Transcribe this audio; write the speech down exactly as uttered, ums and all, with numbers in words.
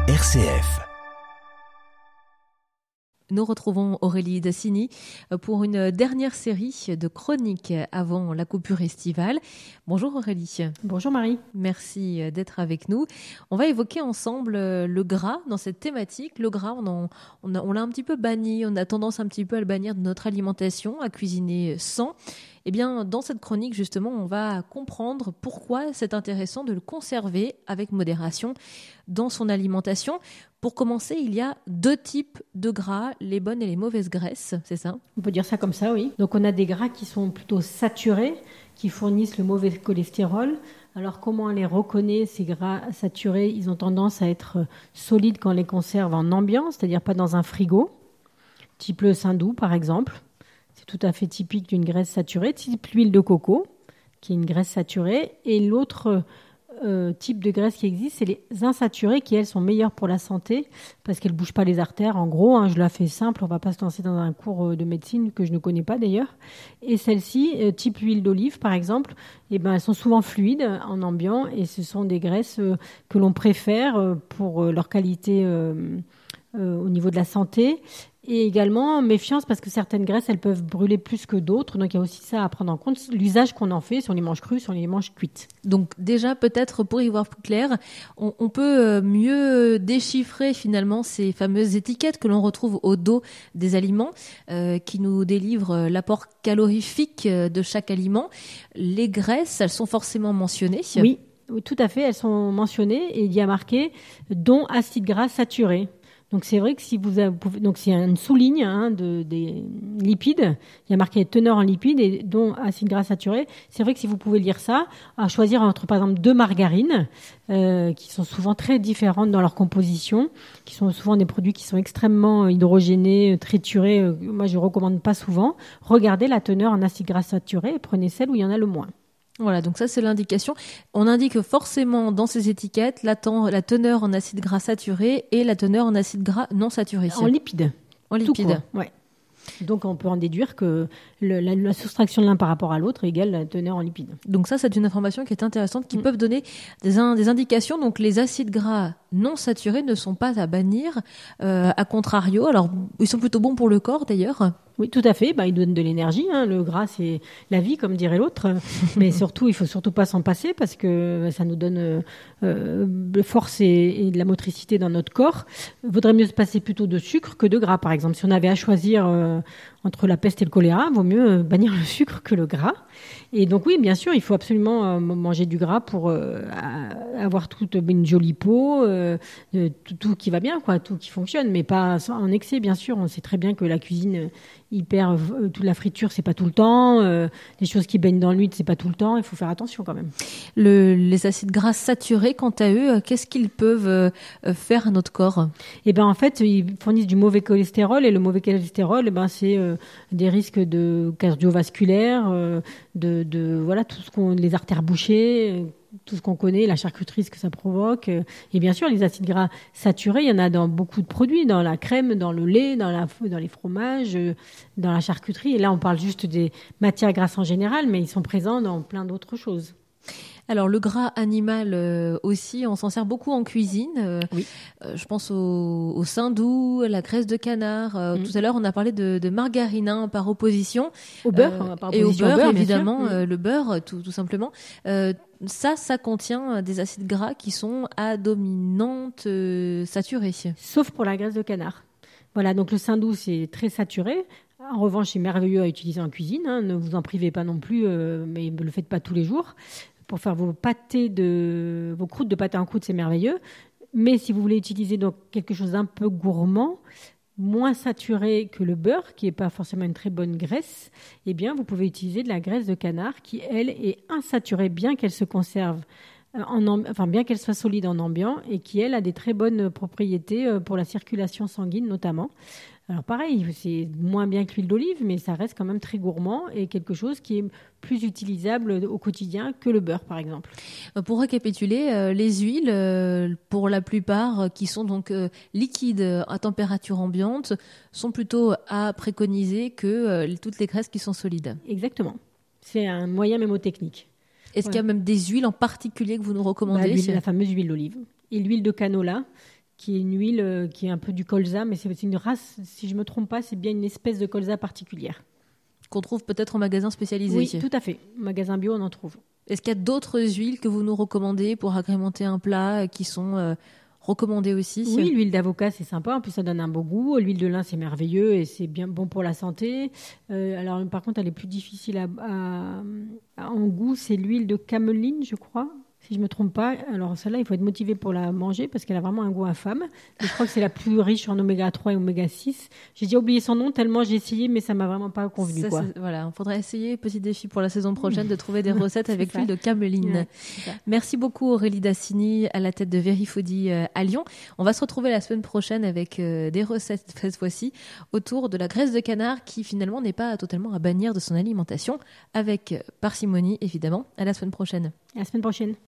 R C F. Nous retrouvons Aurélie Dassini pour une dernière série de chroniques avant la coupure estivale. Bonjour Aurélie. Bonjour Marie. Merci d'être avec nous. On va évoquer ensemble le gras dans cette thématique. Le gras, on, en, on, a, on l'a un petit peu banni, on a tendance un petit peu à le bannir de notre alimentation, à cuisiner sans. Eh bien, dans cette chronique, justement, on va comprendre pourquoi c'est intéressant de le conserver avec modération dans son alimentation. Pour commencer, il y a deux types de gras, les bonnes et les mauvaises graisses, c'est ça ? On peut dire ça comme ça, oui. Donc on a des gras qui sont plutôt saturés, qui fournissent le mauvais cholestérol. Alors comment on les reconnaît, ces gras saturés ? Ils ont tendance à être solides quand on les conserve en ambiance, c'est-à-dire pas dans un frigo, type le saindoux par exemple. C'est tout à fait typique d'une graisse saturée, type l'huile de coco, qui est une graisse saturée. Et l'autre euh, type de graisse qui existe, c'est les insaturées, qui elles sont meilleures pour la santé, parce qu'elles ne bougent pas les artères. En gros, hein, je la fais simple, on ne va pas se lancer dans un cours de médecine que je ne connais pas d'ailleurs. Et celles-ci, euh, type l'huile d'olive par exemple, eh ben, elles sont souvent fluides en ambiant, et ce sont des graisses euh, que l'on préfère euh, pour euh, leur qualité euh, euh, au niveau de la santé. Et également, méfiance, parce que certaines graisses, elles peuvent brûler plus que d'autres. Donc, il y a aussi ça à prendre en compte, l'usage qu'on en fait, si on les mange crues, si on les mange cuites. Donc, déjà, peut-être, pour y voir plus clair, on, on peut mieux déchiffrer, finalement, ces fameuses étiquettes que l'on retrouve au dos des aliments, euh, qui nous délivrent l'apport calorifique de chaque aliment. Les graisses, elles sont forcément mentionnées. Oui, tout à fait, elles sont mentionnées, et il y a marqué « dont acides gras saturés ». Donc c'est vrai que si vous avez, donc c'est une sous-ligne hein, de, des lipides, il y a marqué teneur en lipides et dont acides gras saturés. C'est vrai que si vous pouvez lire ça, à choisir entre par exemple deux margarines euh, qui sont souvent très différentes dans leur composition, qui sont souvent des produits qui sont extrêmement hydrogénés, triturés. Euh, moi je recommande pas souvent. Regardez la teneur en acides gras saturés et prenez celle où il y en a le moins. Voilà, donc ça c'est l'indication. On indique forcément dans ces étiquettes la, ten- la teneur en acides gras saturés et la teneur en acides gras non saturés. En lipides. En lipides. Ouais. Donc on peut en déduire que le, la, la soustraction de l'un par rapport à l'autre égale la teneur en lipides. Donc ça c'est une information qui est intéressante, qui mmh. peuvent donner des, in- des indications. Donc les acides gras non saturés ne sont pas à bannir, euh, à contrario. Alors ils sont plutôt bons pour le corps d'ailleurs. Oui, tout à fait. Bah, il donne de l'énergie. Hein. Le gras, c'est la vie, comme dirait l'autre. Mais surtout, il faut surtout pas s'en passer parce que ça nous donne euh, de force et, et de la motricité dans notre corps. Il vaudrait mieux se passer plutôt de sucre que de gras, par exemple. Si on avait à choisir euh, entre la peste et le choléra, il vaut mieux bannir le sucre que le gras. Et donc oui, bien sûr, il faut absolument euh, manger du gras pour euh, avoir toute une jolie peau, euh, tout, tout qui va bien, quoi, tout qui fonctionne, mais pas en excès, bien sûr. On sait très bien que la cuisine hyper, euh, toute la friture, c'est pas tout le temps. Euh, les choses qui baignent dans l'huile, c'est pas tout le temps. Il faut faire attention quand même. Le, les acides gras saturés, quant à eux, qu'est-ce qu'ils peuvent euh, faire à notre corps ? Eh ben en fait, ils fournissent du mauvais cholestérol et le mauvais cholestérol, eh ben c'est euh, des risques de cardiovasculaires, euh, de, de voilà tout ce qu'on, les artères bouchées. Euh, tout ce qu'on connaît, la charcuterie, ce que ça provoque. Et bien sûr, les acides gras saturés, il y en a dans beaucoup de produits, dans la crème, dans le lait, dans, la, dans les fromages, dans la charcuterie. Et là, on parle juste des matières grasses en général, mais ils sont présents dans plein d'autres choses. Alors le gras animal euh, aussi, on s'en sert beaucoup en cuisine. Euh, oui. euh, je pense au, au saindoux, à la graisse de canard. Euh, mmh. Tout à l'heure, on a parlé de, de margarine hein, par opposition. Au beurre, euh, par et opposition au beurre, au beurre évidemment, mmh. euh, le beurre, tout, tout simplement. Euh, ça, ça contient des acides gras qui sont à dominante euh, saturée. Sauf pour la graisse de canard. Voilà, donc le saindoux, c'est très saturé. En revanche, c'est merveilleux à utiliser en cuisine. Hein, ne vous en privez pas non plus, euh, mais ne le faites pas tous les jours. Pour faire vos pâtés de vos croûtes de pâté en croûte, c'est merveilleux. Mais si vous voulez utiliser donc quelque chose d'un peu gourmand, moins saturé que le beurre, qui n'est pas forcément une très bonne graisse, eh bien, vous pouvez utiliser de la graisse de canard qui, elle, est insaturée, bien qu'elle se conserve, en, enfin, bien qu'elle soit solide en ambiant, et qui, elle, a des très bonnes propriétés pour la circulation sanguine, notamment. Alors pareil, c'est moins bien que l'huile d'olive, mais ça reste quand même très gourmand et quelque chose qui est plus utilisable au quotidien que le beurre, par exemple. Pour récapituler, euh, les huiles, euh, pour la plupart, euh, qui sont donc euh, liquides à température ambiante, sont plutôt à préconiser que euh, toutes les graisses qui sont solides. Exactement. C'est un moyen mémotechnique. Est-ce ouais. qu'il y a même des huiles en particulier que vous nous recommandez ? bah, l'huile, La fameuse huile d'olive et l'huile de canola, qui est une huile euh, qui est un peu du colza, mais c'est, c'est une race, si je ne me trompe pas, c'est bien une espèce de colza particulière. Qu'on trouve peut-être en magasin spécialisé. Oui, tout à fait. Magasin bio, on en trouve. Est-ce qu'il y a d'autres huiles que vous nous recommandez pour agrémenter un plat qui sont euh, recommandées aussi? Oui, l'huile d'avocat, c'est sympa. En plus, ça donne un beau goût. L'huile de lin, c'est merveilleux et c'est bien bon pour la santé. Euh, alors, par contre, elle est plus difficile à, à- à- en goût. C'est l'huile de cameline, je crois. Si je ne me trompe pas. Alors, celle-là, il faut être motivé pour la manger parce qu'elle a vraiment un goût infâme. Et je crois que c'est la plus riche en oméga trois et oméga six. J'ai déjà oublié son nom tellement j'ai essayé, mais ça m'a vraiment pas convenu. Ça, quoi. Voilà, il faudrait essayer, petit défi pour la saison prochaine, de trouver des recettes avec ça. l'huile de cameline. Ouais, Merci beaucoup Aurélie Dassini, à la tête de Verifoodie euh, à Lyon. On va se retrouver la semaine prochaine avec euh, des recettes, cette fois-ci, autour de la graisse de canard qui finalement n'est pas totalement à bannir de son alimentation, avec euh, parcimonie évidemment. À la semaine prochaine. À la semaine prochaine.